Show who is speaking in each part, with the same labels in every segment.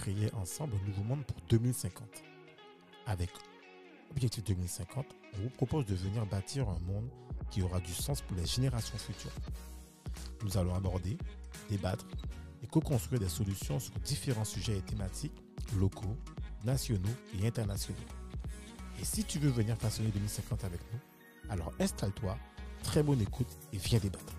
Speaker 1: créer ensemble un nouveau monde pour 2050. Avec Objectif 2050, on vous propose de venir bâtir un monde qui aura du sens pour les générations futures. Nous allons aborder, débattre et co-construire des solutions sur différents sujets et thématiques locaux, nationaux et internationaux. Et si tu veux venir façonner 2050 avec nous, alors installe-toi, très bonne écoute et viens débattre.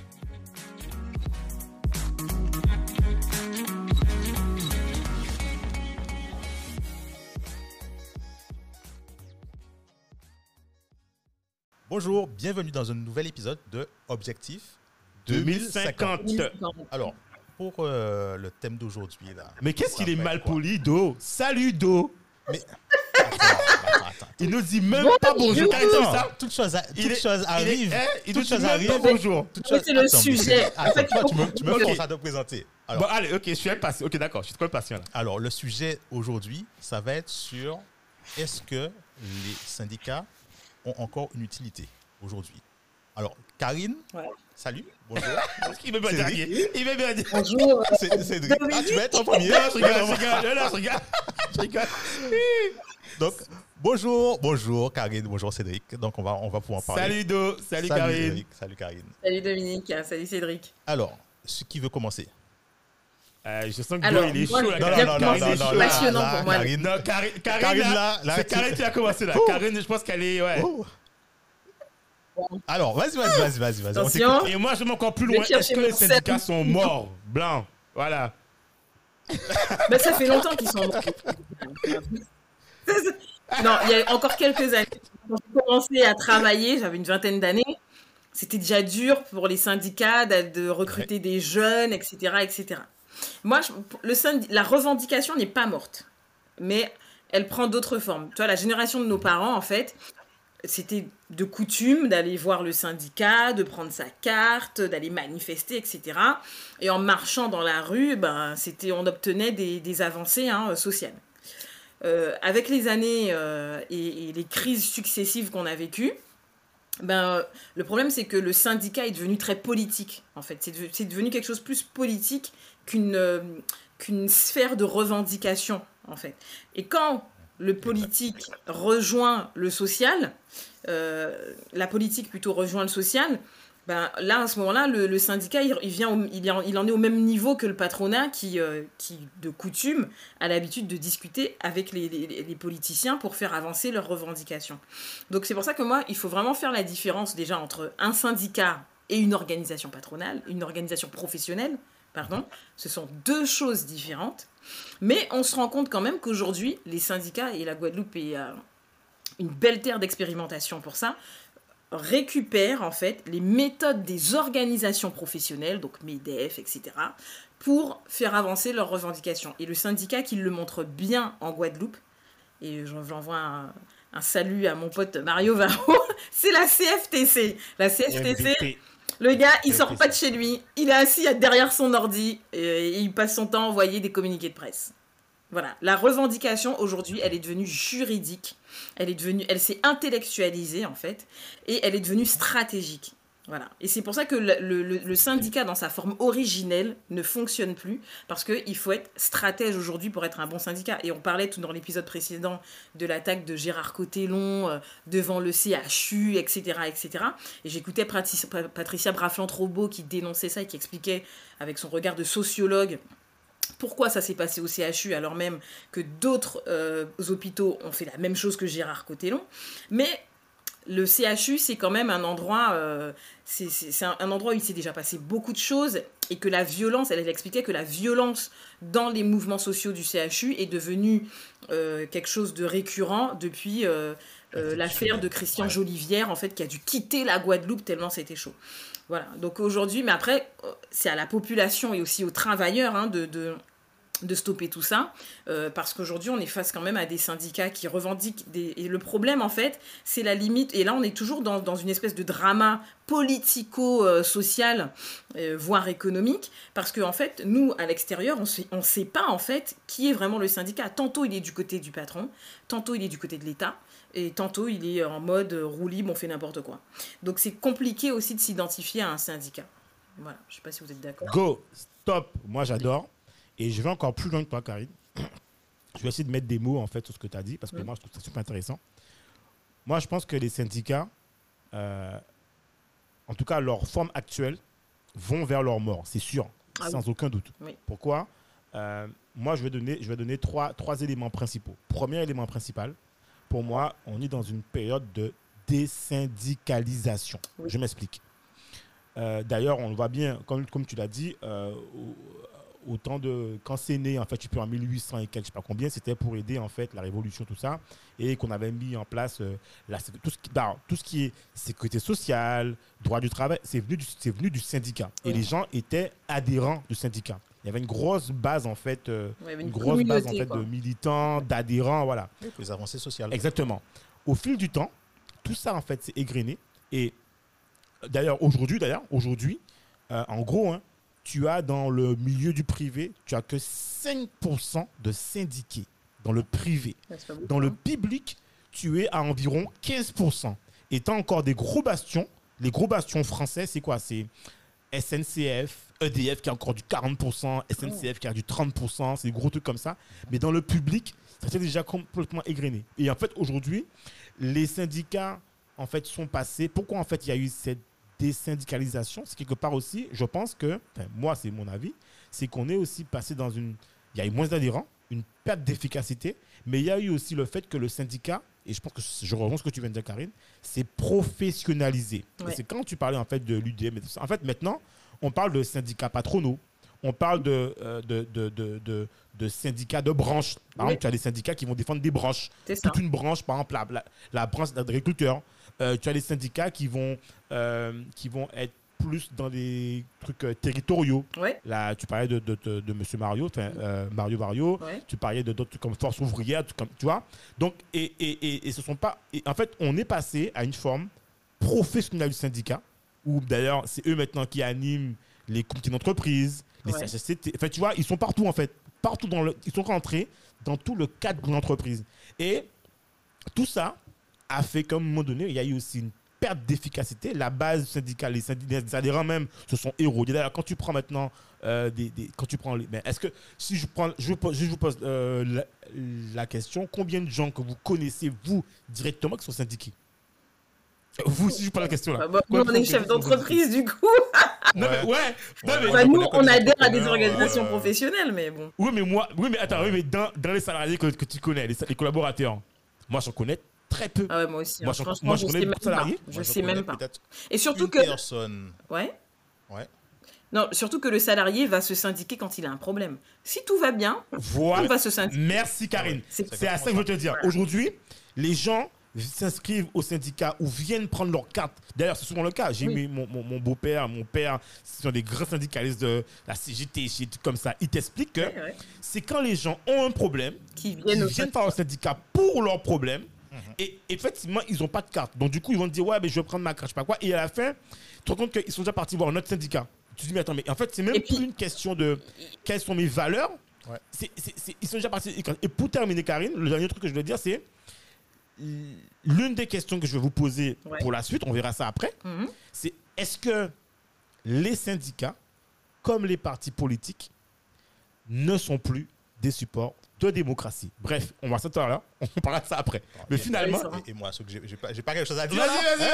Speaker 2: Bonjour, bienvenue dans un nouvel épisode de Objectif 2050. Alors, pour le thème d'aujourd'hui, là...
Speaker 1: Mais qu'est-ce qu'il est mal poli, Do? Salut, Do!
Speaker 2: Mais... Attends.
Speaker 1: Il nous dit même pas bonjour.
Speaker 2: Toute chose arrive.
Speaker 1: Il nous dit même pas bonjour.
Speaker 3: C'est le sujet.
Speaker 2: Attends, tu me forces à te présenter. Alors,
Speaker 1: bon, allez, ok, je suis impatient. Ok, d'accord, je suis trop impatient. Là.
Speaker 2: Alors, le sujet aujourd'hui, ça va être sur est-ce que les syndicats ont encore une utilité aujourd'hui. Alors, Karine, salut, bonjour.
Speaker 1: Il veut bien dire. Il veut bien dire.
Speaker 3: Bonjour.
Speaker 2: Cédric, tu vas être en premier.
Speaker 1: Je rigole.
Speaker 2: Donc, bonjour Karine, bonjour Cédric. Donc, on va pouvoir en parler.
Speaker 1: Salut Do, salut Karine.
Speaker 2: Cédric, salut Karine.
Speaker 3: Salut Dominique, salut Cédric.
Speaker 2: Alors, qui veut commencer?
Speaker 1: Je sens que Do, il est chaud.
Speaker 3: Non, passionnant pour moi.
Speaker 1: Karine, là, c'est Karine qui a commencé là. Karine, je pense qu'elle est... Ouais.
Speaker 2: Alors, vas-y.
Speaker 3: Attention.
Speaker 1: Et moi, je vais encore plus loin. Est-ce que les syndicats sont morts? Blanc. Voilà.
Speaker 3: Ben, ça fait longtemps qu'ils sont morts. Non, il y a encore quelques années. Quand j'ai commencé à travailler, j'avais une vingtaine d'années. C'était déjà dur pour les syndicats de recruter des jeunes, etc., etc. Moi, la revendication n'est pas morte, mais elle prend d'autres formes. Tu vois, la génération de nos parents, en fait, c'était de coutume d'aller voir le syndicat, de prendre sa carte, d'aller manifester, etc. Et en marchant dans la rue, on obtenait des avancées sociales. Avec les années et les crises successives qu'on a vécues, le problème, c'est que le syndicat est devenu très politique, en fait. C'est devenu quelque chose de plus politique qu'une sphère de revendication, en fait. Et quand le politique rejoint le social, la politique plutôt rejoint le social, là, à ce moment-là, le syndicat, il en est au même niveau que le patronat qui de coutume, a l'habitude de discuter avec les politiciens pour faire avancer leurs revendications. Donc, c'est pour ça que moi, il faut vraiment faire la différence déjà entre un syndicat et une organisation patronale, une organisation professionnelle, pardon. Ce sont deux choses différentes. Mais on se rend compte quand même qu'aujourd'hui, les syndicats, et la Guadeloupe est une belle terre d'expérimentation pour ça, récupèrent en fait les méthodes des organisations professionnelles, donc MEDEF, etc., pour faire avancer leurs revendications. Et le syndicat qui le montre bien en Guadeloupe, et j'envoie un salut à mon pote Mario Varro, c'est la CFTC. La CFTC, le gars, il sort pas de chez lui, il est assis derrière son ordi, et il passe son temps à envoyer des communiqués de presse. Voilà, la revendication aujourd'hui, elle est devenue juridique, elle s'est intellectualisée en fait, et elle est devenue stratégique. Voilà, et c'est pour ça que le syndicat dans sa forme originelle ne fonctionne plus, parce qu'il faut être stratège aujourd'hui pour être un bon syndicat. Et on parlait tout dans l'épisode précédent de l'attaque de Gérard Cotellon devant le CHU, etc., etc. Et j'écoutais Patricia Braflant-Robaud qui dénonçait ça et qui expliquait avec son regard de sociologue pourquoi ça s'est passé au CHU alors même que d'autres hôpitaux ont fait la même chose que Gérard Cotellon. Mais le CHU, c'est quand même un endroit, c'est un endroit où il s'est déjà passé beaucoup de choses et que la violence, elle expliquait que la violence dans les mouvements sociaux du CHU est devenue quelque chose de récurrent depuis l'affaire de Christian Jolivière, en fait, qui a dû quitter la Guadeloupe tellement c'était chaud. Voilà, donc aujourd'hui, mais après, c'est à la population et aussi aux travailleurs de stopper tout ça, parce qu'aujourd'hui, on est face quand même à des syndicats qui revendiquent Et le problème, en fait, c'est la limite, et là, on est toujours dans une espèce de drama politico-social, voire économique, parce qu'en fait, nous, à l'extérieur, on ne sait pas, en fait, qui est vraiment le syndicat. Tantôt, il est du côté du patron, tantôt, il est du côté de l'État, et tantôt, il est en mode roue libre, on fait n'importe quoi. Donc, c'est compliqué aussi de s'identifier à un syndicat. Voilà, je ne sais pas si vous êtes d'accord.
Speaker 1: Go, stop, moi j'adore. Et je vais encore plus loin que toi, Karine. je vais essayer de mettre des mots en fait sur ce que tu as dit, parce que moi, je trouve ça super intéressant. Moi, je pense que les syndicats, en tout cas, leur forme actuelle, vont vers leur mort, c'est sûr, sans aucun doute.
Speaker 3: Oui.
Speaker 1: Pourquoi ? Moi, je vais donner trois éléments principaux. Premier élément principal, pour moi, on est dans une période de désyndicalisation. Oui. Je m'explique. D'ailleurs, on le voit bien, comme tu l'as dit, autant de quand c'est né, en fait, tu peux en 1800 et quelques, je sais pas combien, c'était pour aider en fait la révolution, tout ça, et qu'on avait mis en place tout ce qui est sécurité sociale, droit du travail, c'est venu du syndicat. Oui. Et les gens étaient adhérents du syndicat. Il y avait une grosse base en fait, une grosse base en fait de militants, d'adhérents, voilà.
Speaker 2: Oui, pour les avancées sociales.
Speaker 1: Exactement. Au fil du temps, tout ça en fait s'est égrené. Et d'ailleurs aujourd'hui, en gros, hein, tu as dans le milieu du privé, tu as que 5% de syndiqués dans le privé. Dans le public, tu es à environ 15%. Et tu as encore des gros bastions. Les gros bastions français, c'est quoi ? C'est SNCF, EDF qui a encore du 40%, SNCF qui a du 30%, c'est des gros trucs comme ça. Mais dans le public, ça s'est déjà complètement égrené. Et en fait, aujourd'hui, les syndicats en fait, sont passés. Pourquoi en fait il y a eu cette désyndicalisation ? C'est quelque part aussi, je pense que, moi c'est mon avis, c'est qu'on est aussi passé dans une... Il y a eu moins d'adhérents, une perte d'efficacité, mais il y a eu aussi le fait que le syndicat, et je pense que je rejoins ce que tu viens de dire, Karine, c'est professionnalisé. Ouais. Et c'est quand tu parlais en fait de l'UDM et tout ça. En fait, maintenant, on parle de syndicats patronaux, on parle de syndicats de branches. Par exemple, tu as des syndicats qui vont défendre des branches. Toute une branche, par exemple, la branche d'agriculteurs. Tu as des syndicats qui vont être plus dans des trucs territoriaux. Ouais. Là, tu parlais de M. Mario, Mario. Ouais. Tu parlais de d'autres trucs comme Force ouvrière, tu vois. Donc, et ce sont pas... Et en fait, on est passé à une forme professionnelle du syndicat, où d'ailleurs, c'est eux maintenant qui animent les comités d'entreprise, les CHSCT. Enfin, tu vois, ils sont partout, en fait. Ils sont rentrés dans tout le cadre de l'entreprise. Et tout ça a fait qu'à un moment donné, il y a eu aussi une perte d'efficacité. La base syndicale, les adhérents même se sont érodés. D'ailleurs, quand tu prends maintenant est-ce que si je vous pose la question, combien de gens que vous connaissez vous directement qui sont syndiqués? Vous, si je pose la question là.
Speaker 3: Nous, on est chef d'entreprise du coup.
Speaker 1: Non,
Speaker 3: nous, on adhère à des organisations professionnelles, mais bon.
Speaker 1: Oui, mais attends, mais dans les salariés que tu connais, les collaborateurs, moi, j'en connais très peu.
Speaker 3: Ah ouais, moi aussi.
Speaker 1: Moi, je connais beaucoup de salariés.
Speaker 3: Je sais même pas. Et surtout que...
Speaker 2: personne.
Speaker 3: Ouais. Non, surtout que le salarié va se syndiquer quand il a un problème. Si tout va bien,
Speaker 1: voilà.
Speaker 3: Il va se syndiquer.
Speaker 1: Merci, Karine. C'est à ça que je veux te dire. Voilà. Aujourd'hui, les gens s'inscrivent au syndicat ou viennent prendre leur carte. D'ailleurs, c'est souvent le cas. J'ai mis mon beau-père, mon père, ce sont des grands syndicalistes de la CGT, comme ça. Ils t'expliquent que c'est quand les gens ont un problème qu'ils viennent par le syndicat pour leur problème. Et effectivement, ils n'ont pas de carte. Donc, du coup, ils vont te dire, ouais, mais je vais prendre ma carte, je sais pas quoi. Et à la fin, tu te rends compte qu'ils sont déjà partis voir un autre syndicat. Tu te dis, mais attends, mais en fait, c'est même plus une question de quelles sont mes valeurs. Ouais. Ils sont déjà partis. Et pour terminer, Karine, le dernier truc que je veux dire, c'est l'une des questions que je vais vous poser pour la suite, on verra ça après, c'est est-ce que les syndicats, comme les partis politiques, ne sont plus des supports de démocratie? Bref, on va s'attendre là, on parlera de ça après. Mais finalement...
Speaker 2: Et moi, j'ai pas quelque chose à dire.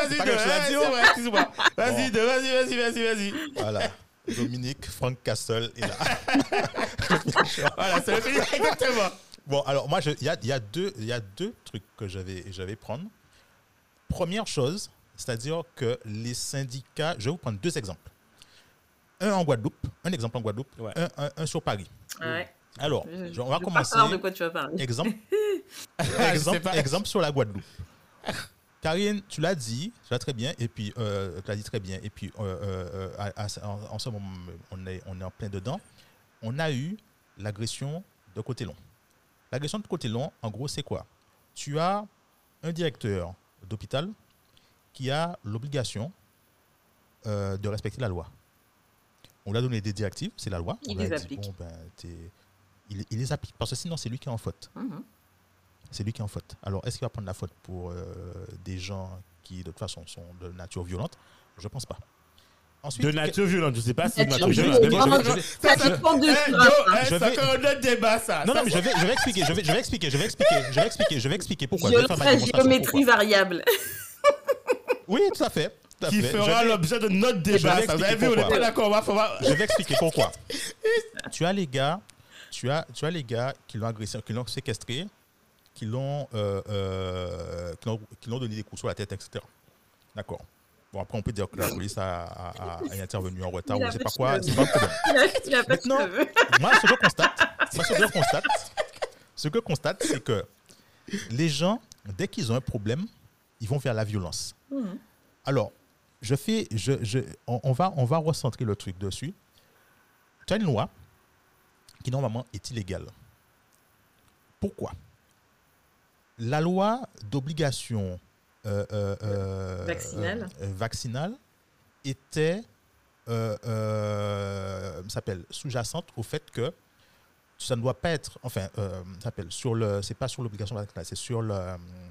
Speaker 1: Vas-y.
Speaker 2: Voilà. Dominique Frank Castle est là.
Speaker 1: Voilà, c'est le truc, exactement.
Speaker 2: Bon, alors moi, il y a deux trucs que j'avais prendre. Première chose, c'est-à-dire que les syndicats, je vais vous prendre deux exemples. Un exemple en Guadeloupe, un sur Paris.
Speaker 3: Ouais.
Speaker 2: Alors, on va commencer.
Speaker 3: Pas de quoi tu vas parler.
Speaker 2: Exemple sur la Guadeloupe. Karine, tu l'as très bien, et puis tu l'as dit très bien, et puis en ce moment, on est en plein dedans. On a eu l'agression de Côtelon. L'agression de Côtelon, en gros, c'est quoi? Tu as un directeur d'hôpital qui a l'obligation de respecter la loi. On lui a donné des directives, c'est la loi.
Speaker 3: Il les applique.
Speaker 2: Bon, il les applique, parce que sinon, c'est lui qui est en faute. C'est lui qui est en faute. Alors, est-ce qu'il va prendre la faute pour des gens qui, de toute façon, sont de nature violente? Je ne pense pas. Ensuite,
Speaker 1: De nature violente, je sais pas si de nature
Speaker 3: Nature
Speaker 1: violente.
Speaker 3: violente.
Speaker 2: je vais-
Speaker 3: Ça dépend de
Speaker 1: Eh,
Speaker 3: qui.
Speaker 1: yo,
Speaker 2: Je
Speaker 1: ça
Speaker 2: vais-
Speaker 1: fait un autre débat, ça.
Speaker 2: non,
Speaker 1: Ça,
Speaker 2: non, mais je vais expliquer pourquoi. Je vais faire ma
Speaker 3: La
Speaker 2: démonstration
Speaker 3: géométrie
Speaker 2: pourquoi.
Speaker 3: variable.
Speaker 2: Oui, tout à fait. Tout à
Speaker 1: qui
Speaker 2: fait.
Speaker 1: fera l'objet de notre débat.
Speaker 2: vais
Speaker 1: Ça, vous avez
Speaker 2: expliquer
Speaker 1: vu, on n'est
Speaker 2: pourquoi.
Speaker 1: pas d'accord.
Speaker 2: Je vais expliquer pourquoi. Tu as les gars qui l'ont agressé, qui l'ont séquestré, qui l'ont donné des coups sur la tête, etc. D'accord. Bon, après, on peut dire que la police est intervenue en retard
Speaker 3: Il
Speaker 2: ou
Speaker 3: a
Speaker 2: je sais
Speaker 3: pas
Speaker 2: pas
Speaker 3: de
Speaker 2: quoi.
Speaker 3: cheveux.
Speaker 2: C'est pas un problème.
Speaker 3: Il a pas de
Speaker 2: Maintenant,
Speaker 3: cheveux.
Speaker 2: moi, ce que je constate, c'est que les gens, dès qu'ils ont un problème, ils vont vers la violence.
Speaker 3: Mhm.
Speaker 2: Alors, on va recentrer le truc dessus. Tu as une loi qui, normalement, est illégale. Pourquoi? La loi d'obligation vaccinale était sous-jacente au fait que ça ne doit pas être, c'est pas sur l'obligation vaccinale, c'est sur le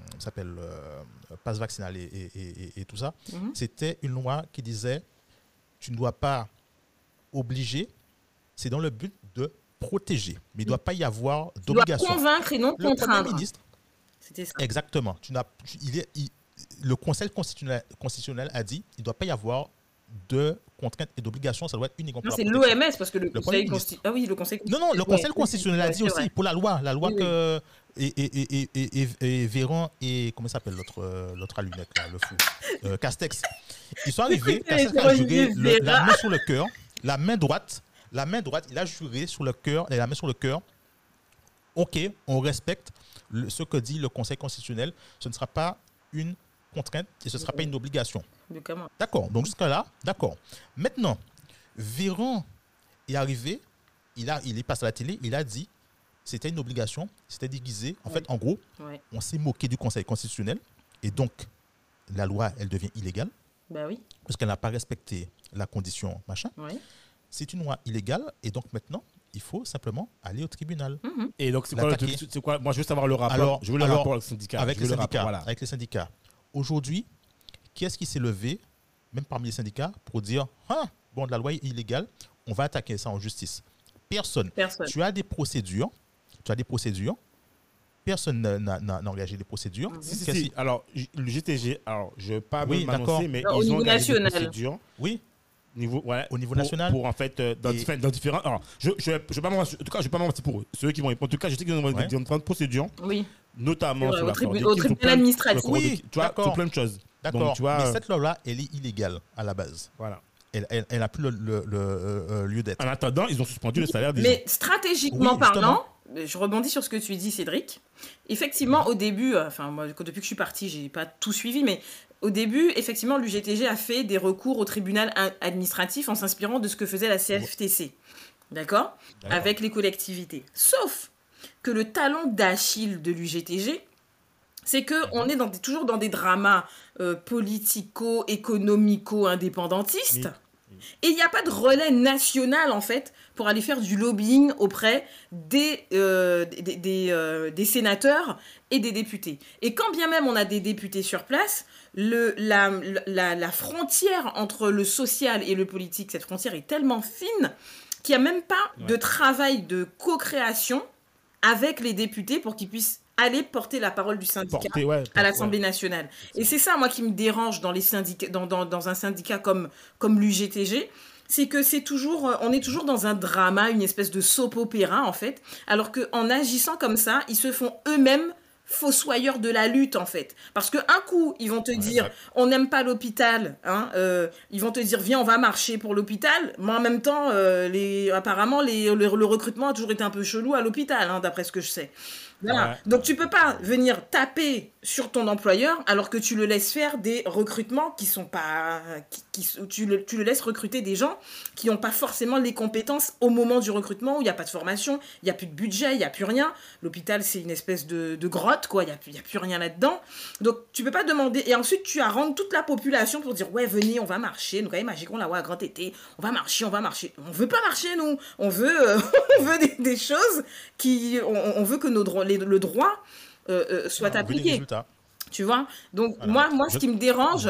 Speaker 2: passe vaccinal et tout ça.
Speaker 3: Mhm.
Speaker 2: C'était une loi qui disait tu ne dois pas obliger, c'est dans le but de protéger, mais il ne doit pas y avoir
Speaker 3: Tu dois
Speaker 2: d'obligation.
Speaker 3: convaincre et non
Speaker 2: Le Premier
Speaker 3: contraindre.
Speaker 2: ministre,
Speaker 3: C'était ça.
Speaker 2: exactement. Le Conseil constitutionnel a dit qu'il ne doit pas y avoir de contraintes et d'obligations, ça doit être uniquement pour
Speaker 3: Non,
Speaker 2: la
Speaker 3: c'est
Speaker 2: protection.
Speaker 3: l'OMS parce que le
Speaker 2: Premier
Speaker 3: Conseil
Speaker 2: ministre.
Speaker 3: constitutionnel. Ah oui, le Conseil
Speaker 2: Non, non, le Conseil constitutionnel a dit
Speaker 3: c'est
Speaker 2: aussi
Speaker 3: vrai.
Speaker 2: pour la loi
Speaker 3: Oui,
Speaker 2: que et Véran et comment s'appelle l'autre à lunettes là, le fou, Castex. Ils sont arrivés, Castex a juré la main sur le cœur, la main droite, il a juré sur le cœur, et la main sur le cœur. Ok, on respecte ce que dit le Conseil constitutionnel. Ce ne sera pas une contrainte et ce ne sera pas une obligation.
Speaker 3: De comment?
Speaker 2: D'accord, donc jusqu'à là, d'accord. Maintenant, Véran est arrivé, il est passé à la télé, il a dit c'était une obligation, c'était déguisé. En fait, en gros,
Speaker 3: Ouais.
Speaker 2: on s'est moqué du Conseil constitutionnel et donc la loi, elle devient illégale
Speaker 3: Bah oui.
Speaker 2: parce qu'elle n'a pas respecté la condition machin.
Speaker 3: Ouais.
Speaker 2: C'est une loi illégale et donc maintenant, il faut simplement aller au tribunal.
Speaker 3: Mhm.
Speaker 1: Et donc, c'est quoi le
Speaker 2: L'attaquer.
Speaker 1: truc? C'est quoi? Moi, je veux savoir le rapport.
Speaker 2: Alors-
Speaker 1: Je veux le
Speaker 2: alors,
Speaker 1: rapport avec le syndicat.
Speaker 2: Avec
Speaker 1: Je
Speaker 2: les
Speaker 1: veux le
Speaker 2: syndicats.
Speaker 1: rapport, voilà.
Speaker 2: Avec les syndicats. Aujourd'hui, qui est-ce qui s'est levé, même parmi les syndicats, pour dire ah, bon, la loi est illégale, on va attaquer ça en justice? Personne.
Speaker 3: Personne.
Speaker 2: Tu as des procédures. Personne n'a engagé des procédures.
Speaker 1: Si.
Speaker 2: Qu'est-ce qui-
Speaker 1: Alors, le GTG, alors, je ne veux pas
Speaker 2: Oui,
Speaker 1: me m'annoncer,
Speaker 2: d'accord.
Speaker 1: mais
Speaker 3: Au
Speaker 1: ils ont
Speaker 3: niveau
Speaker 1: engagé des
Speaker 3: national.
Speaker 1: procédures.
Speaker 2: Oui, Au niveau
Speaker 1: pour-
Speaker 2: national.
Speaker 1: Pour en fait, dans
Speaker 2: Et-
Speaker 1: différents. Alors, je vais pas m'avancer. En tout cas, je vais pas m'avancer pour eux. Ceux qui vont répondre. En tout cas, je sais qu'ils ont
Speaker 2: Ouais.
Speaker 1: différentes procédures,
Speaker 3: Oui.
Speaker 1: notamment
Speaker 3: C'est
Speaker 1: sur
Speaker 3: vrai,
Speaker 1: la
Speaker 3: au tribunal
Speaker 1: chlordéquine, sur plein-
Speaker 3: administratif.
Speaker 1: sur la chlordéquine,
Speaker 2: Oui,
Speaker 1: tu vois,
Speaker 2: d'accord.
Speaker 1: sur plein de choses.
Speaker 2: D'accord.
Speaker 1: Donc, tu vois,
Speaker 2: Mais cette loi-là, elle est illégale à la base.
Speaker 1: voilà.
Speaker 2: Elle n'a plus le lieu d'être.
Speaker 1: En attendant, ils ont suspendu le salaire des gens.
Speaker 3: Mais stratégiquement
Speaker 2: Oui,
Speaker 3: parlant, je rebondis sur ce que tu dis, Cédric. Effectivement, au début, enfin, moi, depuis que je suis partie, j'ai pas tout suivi, mais au début, effectivement, l'UGTG a fait des recours au tribunal administratif en s'inspirant de ce que faisait la CFTC. D'accord?
Speaker 2: D'accord.
Speaker 3: Avec les collectivités. Sauf que le talon d'Achille de l'UGTG, c'est qu'on est toujours dans des dramas politico-économico-indépendantistes. Et il n'y a pas de relais national, en fait, pour aller faire du lobbying auprès des sénateurs et des députés. Et quand bien même on a des députés sur place, la frontière entre le social et le politique, cette frontière est tellement fine qu'il n'y a même pas de travail de co-création avec les députés pour qu'ils puissent aller porter la parole du syndicat à l'Assemblée nationale. Et c'est ça, moi, qui me dérange dans les syndicats, dans un syndicat comme l'UGTG, c'est que on est toujours dans un drama, une espèce de soap-opéra, en fait, alors qu'en agissant comme ça, ils se font eux-mêmes fossoyeurs de la lutte, en fait. Parce qu'un coup, ils vont te dire,
Speaker 2: exact.
Speaker 3: on n'aime pas l'hôpital, hein, ils vont te dire, viens, on va marcher pour l'hôpital, mais en même temps, apparemment, le recrutement a toujours été un peu chelou à l'hôpital, hein, d'après ce que je sais. Voilà.
Speaker 1: Ouais.
Speaker 3: Donc tu peux pas venir taper sur ton employeur alors que tu le laisses faire des recrutements qui sont pas tu le laisses recruter des gens qui n'ont pas forcément les compétences au moment du recrutement, où il n'y a pas de formation, il n'y a plus de budget, il n'y a plus rien. L'hôpital, c'est une espèce de grotte, quoi, il y a plus rien là-dedans. Donc tu peux pas demander, et ensuite tu arranges toute la population pour dire ouais, venez, on va marcher, nous quand même magiquons la voie à grand été, on va marcher. On veut pas marcher, nous, on veut on veut des choses qui on veut que le droit soit
Speaker 2: On veut des
Speaker 3: appliqué.
Speaker 2: résultats.
Speaker 3: Tu vois? Donc
Speaker 2: Voilà.
Speaker 3: moi, ce
Speaker 2: Je-
Speaker 3: qui me dérange,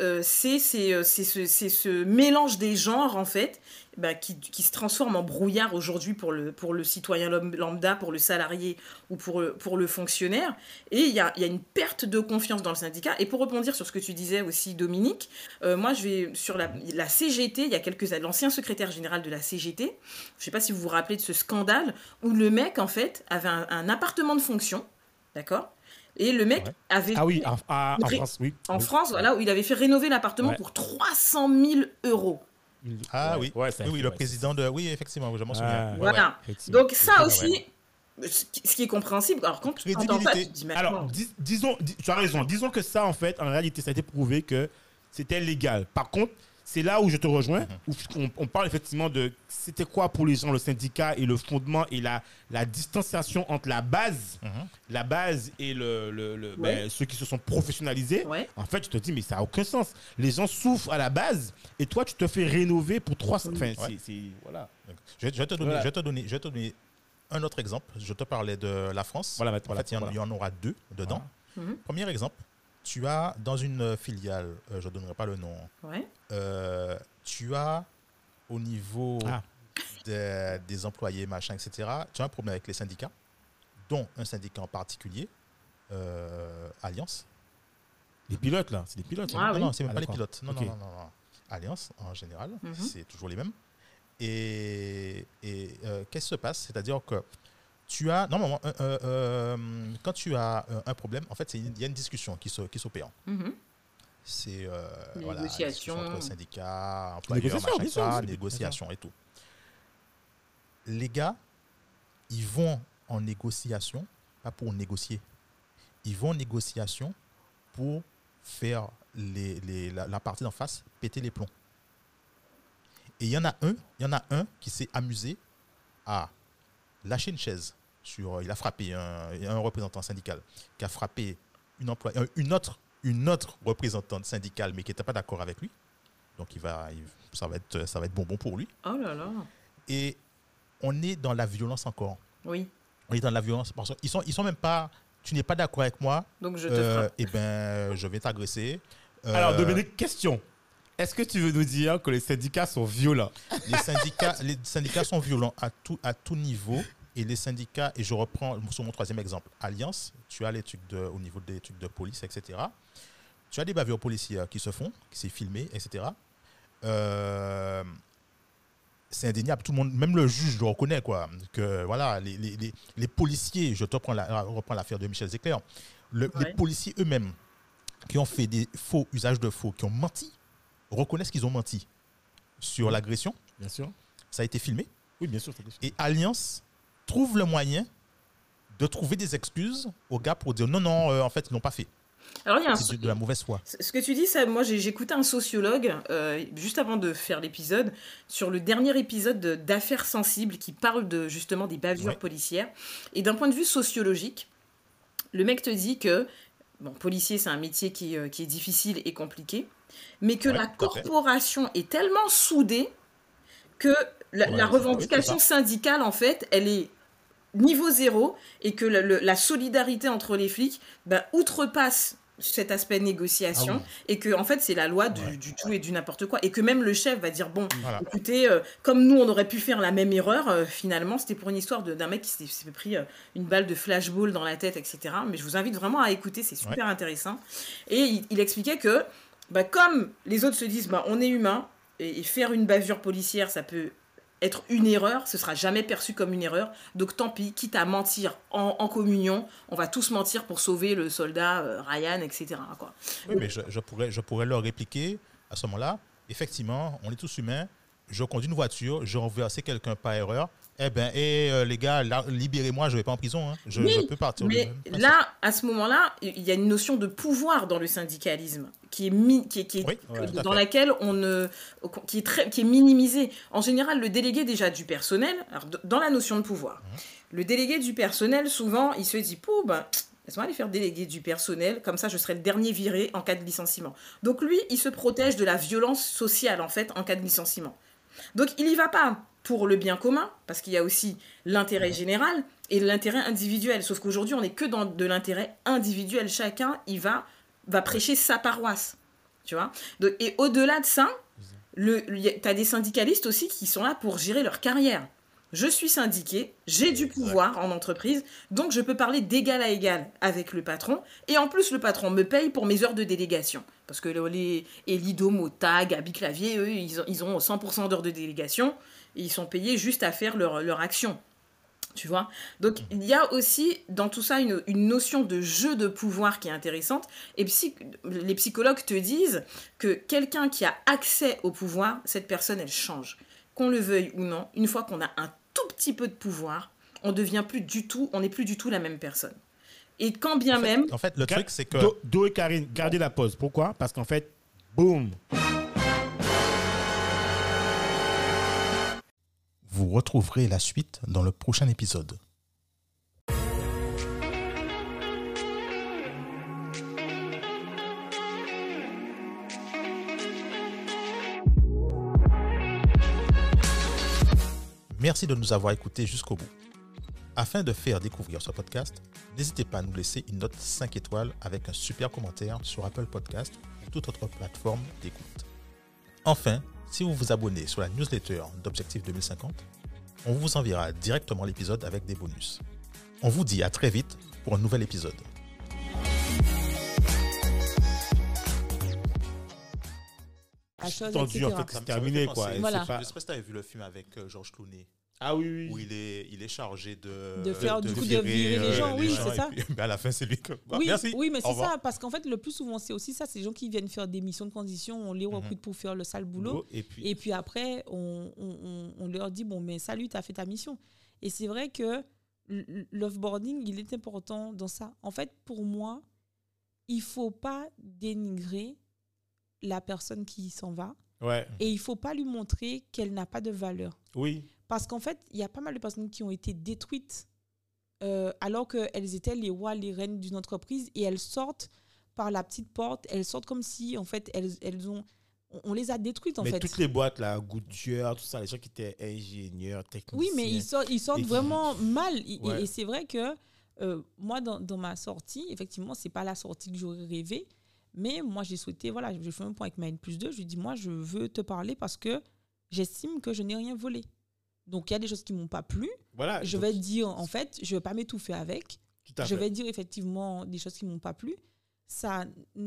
Speaker 3: c'est ce mélange des genres, en fait, bah, qui se transforme en brouillard aujourd'hui pour le citoyen lambda, pour le salarié ou pour le fonctionnaire. Et il y a une perte de confiance dans le syndicat. Et pour rebondir sur ce que tu disais aussi, Dominique, moi, je vais sur la CGT, il y a quelques années, l'ancien secrétaire général de la CGT, je ne sais pas si vous vous rappelez de ce scandale, où le mec, en fait, avait un appartement de fonction, d'accord? Et le mec
Speaker 2: Ouais.
Speaker 3: avait
Speaker 1: Ah oui,
Speaker 3: fait
Speaker 1: en France, oui.
Speaker 3: en
Speaker 1: Oui.
Speaker 3: France, voilà, où il avait fait rénover l'appartement
Speaker 1: Ouais.
Speaker 3: pour 300 000 euros.
Speaker 2: Ah
Speaker 1: Ouais,
Speaker 2: oui.
Speaker 1: ouais, ça
Speaker 2: Oui, oui,
Speaker 1: fait,
Speaker 2: le
Speaker 1: ouais,
Speaker 2: président de. Oui, effectivement, je m'en souviens.
Speaker 1: Ah,
Speaker 2: Ouais,
Speaker 3: Voilà.
Speaker 1: effectivement.
Speaker 3: Donc ça
Speaker 2: ouais.
Speaker 3: aussi, ce qui est compréhensible. Alors quand tu entends ça, tu
Speaker 2: Crédibilité.
Speaker 3: te dis, mais
Speaker 1: Alors,
Speaker 3: attends,
Speaker 1: tu as raison. Disons que ça, en fait, en réalité, ça a été prouvé que c'était légal. Par contre, c'est là où je te rejoins, où on parle effectivement de c'était quoi pour les gens le syndicat et le fondement et la distanciation entre la base et
Speaker 3: Ouais.
Speaker 1: ceux qui se sont professionnalisés.
Speaker 3: Ouais.
Speaker 1: En fait, tu te dis, mais ça n'a aucun sens. Les gens souffrent à la base et toi, tu te fais rénover pour 300. Enfin,
Speaker 2: Ouais.
Speaker 1: voilà.
Speaker 2: Je vais te donner,
Speaker 1: Voilà.
Speaker 2: je vais te donner un autre exemple. Je te parlais de la France.
Speaker 1: Voilà,
Speaker 2: En fait, il y en aura deux dedans.
Speaker 3: Mhm.
Speaker 2: Premier exemple, tu as dans une filiale, je ne donnerai pas le nom,
Speaker 3: Ouais.
Speaker 2: tu as au niveau
Speaker 1: Ah.
Speaker 2: des employés, machin, etc., tu as un problème avec les syndicats, dont un syndicat en particulier, Alliance.
Speaker 1: Les pilotes, là, c'est des pilotes.
Speaker 3: Ah
Speaker 2: non,
Speaker 3: oui.
Speaker 2: non, c'est même
Speaker 1: Ah,
Speaker 2: pas les
Speaker 1: d'accord.
Speaker 2: pilotes. Non,
Speaker 1: Ok.
Speaker 2: non. Alliance, en général,
Speaker 3: Mhm.
Speaker 2: c'est toujours les mêmes. Et qu'est-ce qui se passe? C'est-à-dire que tu as, normalement, quand tu as un problème, en fait, il y a une discussion qui s'opère.
Speaker 3: Mhm.
Speaker 2: C'est
Speaker 3: Des
Speaker 2: voilà,
Speaker 3: négociations.
Speaker 2: discussion entre syndicats, employeurs,
Speaker 1: Négociation,
Speaker 2: machin,
Speaker 1: bien sûr,
Speaker 2: ça,
Speaker 1: oui.
Speaker 2: négociations et tout. Les gars, ils vont en négociation, pas pour négocier. Ils vont en négociation pour faire la partie d'en face péter les plombs. Et il y en a un qui s'est amusé à lâcher une chaise il a frappé un représentant syndical qui a frappé une autre représentante syndicale mais qui n'était pas d'accord avec lui. Donc ça va être bonbon pour lui.
Speaker 3: Oh là là.
Speaker 2: Et on est dans la violence encore.
Speaker 3: Oui.
Speaker 2: On est dans la violence parce qu'ils sont même pas. Tu n'es pas d'accord avec moi.
Speaker 3: Donc je te frappe.
Speaker 2: Eh ben, je vais t'agresser.
Speaker 1: Alors, Dominique, question. Est-ce que tu veux nous dire que les syndicats sont violents?
Speaker 2: Les syndicats sont violents à tout niveau. Et les syndicats, et je reprends sur mon troisième exemple, Alliance, tu as les trucs au niveau des trucs de police, etc. Tu as des bavures policières qui se font, qui s'est filmé, etc. C'est indéniable, tout le monde, même le juge le reconnaît, quoi, que voilà, les policiers, je te reprends l'affaire de Michel Zecler, les policiers eux-mêmes qui ont fait des usages de faux, qui ont menti, reconnaissent qu'ils ont menti sur l'agression.
Speaker 1: Bien sûr.
Speaker 2: Ça a été filmé.
Speaker 1: Oui, bien sûr.
Speaker 2: Et Alliance trouve le moyen de trouver des excuses aux gars pour dire non, en fait, ils l'ont pas fait.
Speaker 3: Alors, il y a
Speaker 2: C'est de la mauvaise foi.
Speaker 3: Ce que tu dis, ça, moi j'ai écouté un sociologue juste avant de faire l'épisode sur le dernier épisode d'Affaires sensibles qui parle justement des bavures policières. Et d'un point de vue sociologique, le mec te dit que policier c'est un métier qui est difficile et compliqué, mais que la corporation est tellement soudée que la revendication syndicale en fait, elle est niveau zéro et que la solidarité entre les flics outrepasse cet aspect négociation et que en fait c'est la loi du tout et du n'importe quoi et que même le chef va dire écoutez comme nous on aurait pu faire la même erreur finalement c'était pour une histoire d'un mec qui s'est pris une balle de flashball dans la tête etc. Mais je vous invite vraiment à écouter, c'est super intéressant et il expliquait que comme les autres se disent on est humain et faire une bavure policière ça peut être une erreur, ce sera jamais perçu comme une erreur. Donc tant pis, quitte à mentir en communion, on va tous mentir pour sauver le soldat Ryan, etc. Quoi.
Speaker 2: Oui, mais je pourrais leur répliquer à ce moment-là. Effectivement, on est tous humains. Je conduis une voiture, je renversé quelqu'un par erreur. Les gars, libérez-moi, je ne vais pas en prison. Hein. Je peux partir.
Speaker 3: Mais là, à ce moment-là, il y a une notion de pouvoir dans le syndicalisme qui est dans laquelle qui est minimisée. En général, le délégué déjà du personnel, alors dans la notion de pouvoir, le délégué du personnel, souvent, il se dit laisse-moi aller faire délégué du personnel, comme ça je serai le dernier viré en cas de licenciement. Donc lui, il se protège de la violence sociale en fait en cas de licenciement. Donc il y va pas pour le bien commun, parce qu'il y a aussi l'intérêt général, et l'intérêt individuel. Sauf qu'aujourd'hui, on n'est que dans de l'intérêt individuel. Chacun, il va prêcher sa paroisse. Tu vois. Donc, et au-delà de ça, tu as des syndicalistes aussi qui sont là pour gérer leur carrière. Je suis syndiqué, j'ai du pouvoir en entreprise, donc je peux parler d'égal à égal avec le patron. Et en plus, le patron me paye pour mes heures de délégation. Parce que les Elidomo, Tag, Abiclavier, eux, ils ont 100% d'heures de délégation. Et ils sont payés juste à faire leur action. Tu vois. Donc, il y a aussi dans tout ça une notion de jeu de pouvoir qui est intéressante. Et les psychologues te disent que quelqu'un qui a accès au pouvoir, cette personne, elle change. Qu'on le veuille ou non, une fois qu'on a un tout petit peu de pouvoir, on n'est plus du tout la même personne. Et quand bien même...
Speaker 2: En fait, le truc, c'est que...
Speaker 1: Do et Karine, gardez la pause. Pourquoi ? Parce qu'en fait, boum.
Speaker 2: Vous retrouverez la suite dans le prochain épisode. Merci de nous avoir écoutés jusqu'au bout. Afin de faire découvrir ce podcast, n'hésitez pas à nous laisser une note 5 étoiles avec un super commentaire sur Apple Podcast ou toute autre plateforme d'écoute. Enfin, si vous vous abonnez sur la newsletter d'Objectif 2050, on vous enverra directement l'épisode avec des bonus. On vous dit à très vite pour un nouvel épisode.
Speaker 1: Tendu, en fait, c'est terminé, quoi.
Speaker 4: Voilà.
Speaker 2: Je sais pas si tu avais vu le film avec George Clooney.
Speaker 1: Ah oui.
Speaker 2: Où il est chargé de
Speaker 4: faire du coup de virer les gens, oui, c'est ça.
Speaker 2: Et puis, à la fin, c'est lui que...
Speaker 4: Oui,
Speaker 2: merci.
Speaker 4: Oui, mais c'est ça, parce qu'en fait, le plus souvent, c'est aussi ça, c'est les gens qui viennent faire des missions de transition, on les recrute pour faire le sale boulot, et puis après, on leur dit, bon, mais salut, tu as fait ta mission. Et c'est vrai que l'offboarding, il est important dans ça. En fait, pour moi, il ne faut pas dénigrer la personne qui s'en va, et il ne faut pas lui montrer qu'elle n'a pas de valeur.
Speaker 1: Oui.
Speaker 4: Parce qu'en fait, il y a pas mal de personnes qui ont été détruites alors qu'elles étaient les rois, les reines d'une entreprise, et elles sortent par la petite porte, elles sortent comme si, en fait, on les a détruites, en fait.
Speaker 1: Mais toutes les boîtes, là, Goodyear, tout ça, les gens qui étaient ingénieurs, techniciens.
Speaker 4: Oui, mais ils sortent vraiment mal. Et c'est vrai que moi, dans ma sortie, effectivement, c'est pas la sortie que j'aurais rêvé, mais moi, j'ai souhaité, voilà, j'ai fait un point avec ma N+2, je lui ai dit, moi, je veux te parler parce que j'estime que je n'ai rien volé. Donc, il y a des choses qui ne m'ont pas plu.
Speaker 1: Voilà,
Speaker 4: je vais dire, en fait, je ne vais pas m'étouffer avec. Je vais dire, effectivement, des choses qui ne m'ont pas plu. Ça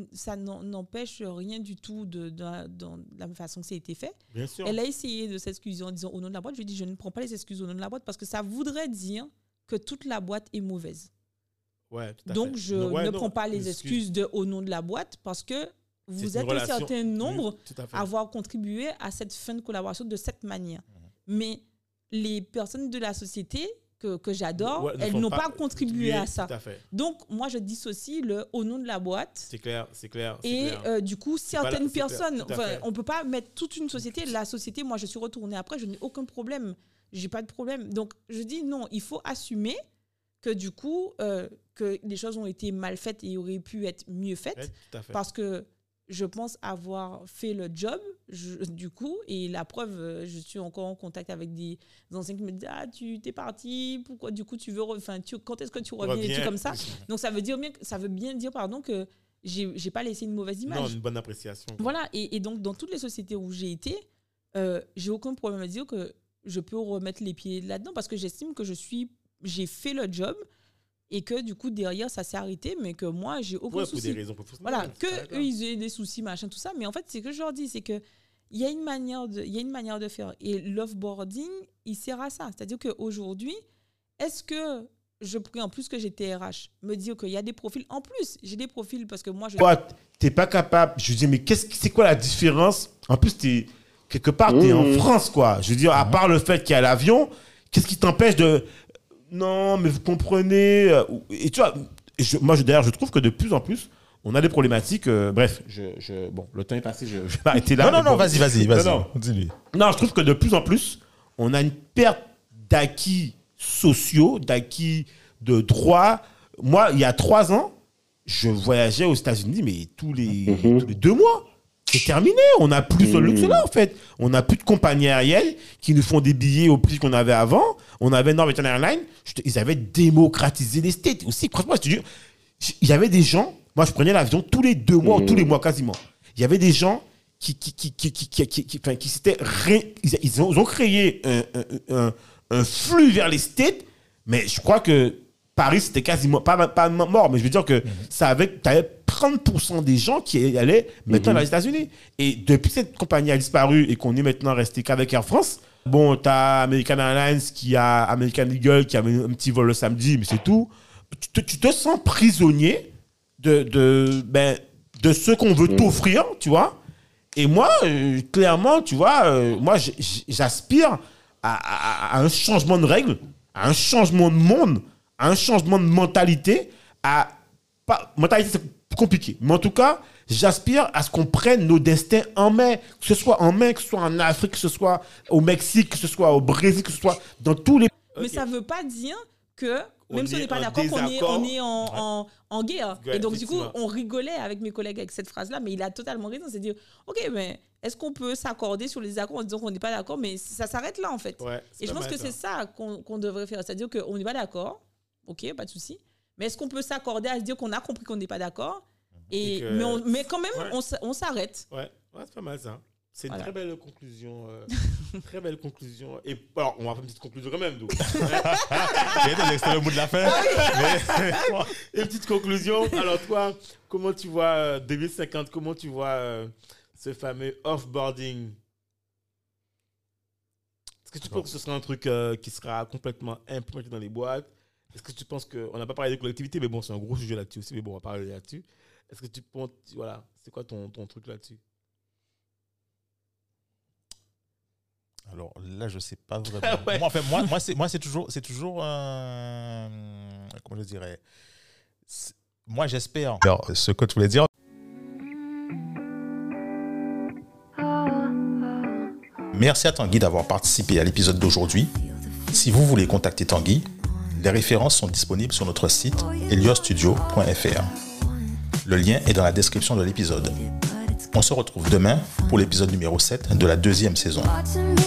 Speaker 4: n'empêche rien du tout dans la façon que ça a été fait.
Speaker 1: Bien sûr.
Speaker 4: Elle a essayé de s'excuser en disant au nom de la boîte. Je lui ai dit, je ne prends pas les excuses au nom de la boîte parce que ça voudrait dire que toute la boîte est mauvaise.
Speaker 1: Ouais, tout à
Speaker 4: Donc,
Speaker 1: fait.
Speaker 4: je ne prends pas les excuses au nom de la boîte parce que vous êtes un certain nombre à avoir contribué à cette fin de collaboration de cette manière. Mais les personnes de la société que j'adore, elles n'ont pas contribué à ça. Donc, moi, je dissocie au nom de la boîte.
Speaker 1: C'est clair.
Speaker 4: Et du coup, certaines personnes, on ne peut pas mettre toute une société. La société, moi, je suis retournée après, je n'ai aucun problème. Je n'ai pas de problème. Donc, je dis non, il faut assumer que du coup, que les choses ont été mal faites et auraient pu être mieux faites. Parce que je pense avoir fait le job, du coup, et la preuve, je suis encore en contact avec des anciens qui me disent « Ah, tu t'es parti, pourquoi du coup tu veux... quand est-ce que tu reviens ?» et tout comme ça. Donc, ça veut bien dire que j'ai pas laissé une mauvaise image.
Speaker 1: Non, une bonne appréciation.
Speaker 4: Voilà, et donc, dans toutes les sociétés où j'ai été, j'ai aucun problème à dire que je peux remettre les pieds là-dedans parce que j'estime que j'ai fait le job. Et que du coup derrière ça s'est arrêté, mais que moi j'ai aucun souci.
Speaker 1: Pour des raisons professionnelles.
Speaker 4: Voilà, que eux ils aient des soucis machin tout ça, mais en fait c'est que je leur dis, c'est que il y a une manière de faire, et l'offboarding il sert à ça. C'est-à-dire qu'aujourd'hui, est-ce que je prie en plus que j'étais RH, me dire qu'il y a des profils en plus, j'ai des profils parce que moi je.
Speaker 1: T'es pas capable. Je dis mais c'est quoi la différence? En plus quelque part t'es en France quoi. Je veux dire à part le fait qu'il y a l'avion, qu'est-ce qui t'empêche de non, mais vous comprenez. Et tu vois, d'ailleurs, je trouve que de plus en plus, on a des problématiques. Bref, bon, le temps est passé, je vais m'arrêter là.
Speaker 2: Non, vas-y. Continue.
Speaker 1: Non, je trouve que de plus en plus, on a une perte d'acquis sociaux, d'acquis de droits. Moi, il y a 3 ans, je voyageais aux États-Unis, mais tous les 2 mois. c'est terminé. On n'a plus ce luxe-là, en fait. On n'a plus de compagnies aériennes qui nous font des billets au prix qu'on avait avant. On avait Norwegian Airlines. Ils avaient démocratisé les States. Aussi, franchement, je te dis, il y avait des gens, moi, je prenais l'avion tous les 2 mois, tous les mois quasiment. Il y avait des gens qui s'étaient... Ils ont créé un flux vers les States, mais je crois que Paris, c'était quasiment pas mort, mais je veux dire que tu avais 30% des gens qui allaient maintenant vers les États-Unis. Et depuis que cette compagnie a disparu et qu'on est maintenant resté qu'avec Air France, bon, tu as American Airlines qui a American Eagle qui a un petit vol le samedi, mais c'est tout. Tu te sens prisonnier de ce qu'on veut t'offrir, tu vois. Et moi, clairement, tu vois, moi, j'aspire à un changement de règles, à un changement de monde, à un changement de mentalité. Mentalité, c'est compliqué. Mais en tout cas, j'aspire à ce qu'on prenne nos destins en main. Que ce soit en main, que ce soit en Afrique, que ce soit au Mexique, que ce soit au Brésil, que ce soit dans tous les...
Speaker 4: Mais ça ne veut pas dire que, même si on n'est pas d'accord, on est en guerre. Et donc, du coup, on rigolait avec mes collègues avec cette phrase-là, mais il a totalement raison. C'est de dire, OK, mais est-ce qu'on peut s'accorder sur les accords en disant qu'on n'est pas d'accord? Mais ça s'arrête là, en fait. Ouais, et je pense que c'est ça qu'on devrait faire. C'est-à-dire qu'on n'est pas d'accord. OK, pas de souci. Mais est-ce qu'on peut s'accorder à se dire qu'on a compris qu'on n'est pas d'accord? Mais quand même, on s'arrête.
Speaker 1: Ouais, c'est pas mal ça. C'est une très belle conclusion. Très belle conclusion. Et alors, on va faire une petite conclusion quand même.
Speaker 2: C'est le bout de la fin.
Speaker 1: Une petite conclusion. Alors, toi, comment tu vois 2050? Comment tu vois ce fameux off-boarding? Est-ce que tu penses que ce sera un truc qui sera complètement implémenté dans les boîtes? Est-ce que tu penses que... On n'a pas parlé de collectivité, mais bon, c'est un gros sujet là-dessus aussi. Mais bon, on va parler là-dessus. Est-ce que tu penses... Voilà, c'est quoi ton truc là-dessus?
Speaker 2: Alors là, je sais pas vraiment. Ouais. Moi, c'est toujours comment je dirais. Moi, j'espère. Alors, ce que tu voulais dire. Merci à Tanguy d'avoir participé à l'épisode d'aujourd'hui. Si vous voulez contacter Tanguy, les références sont disponibles sur notre site eliostudio.fr. Le lien est dans la description de l'épisode. On se retrouve demain pour l'épisode numéro 7 de la 2e saison.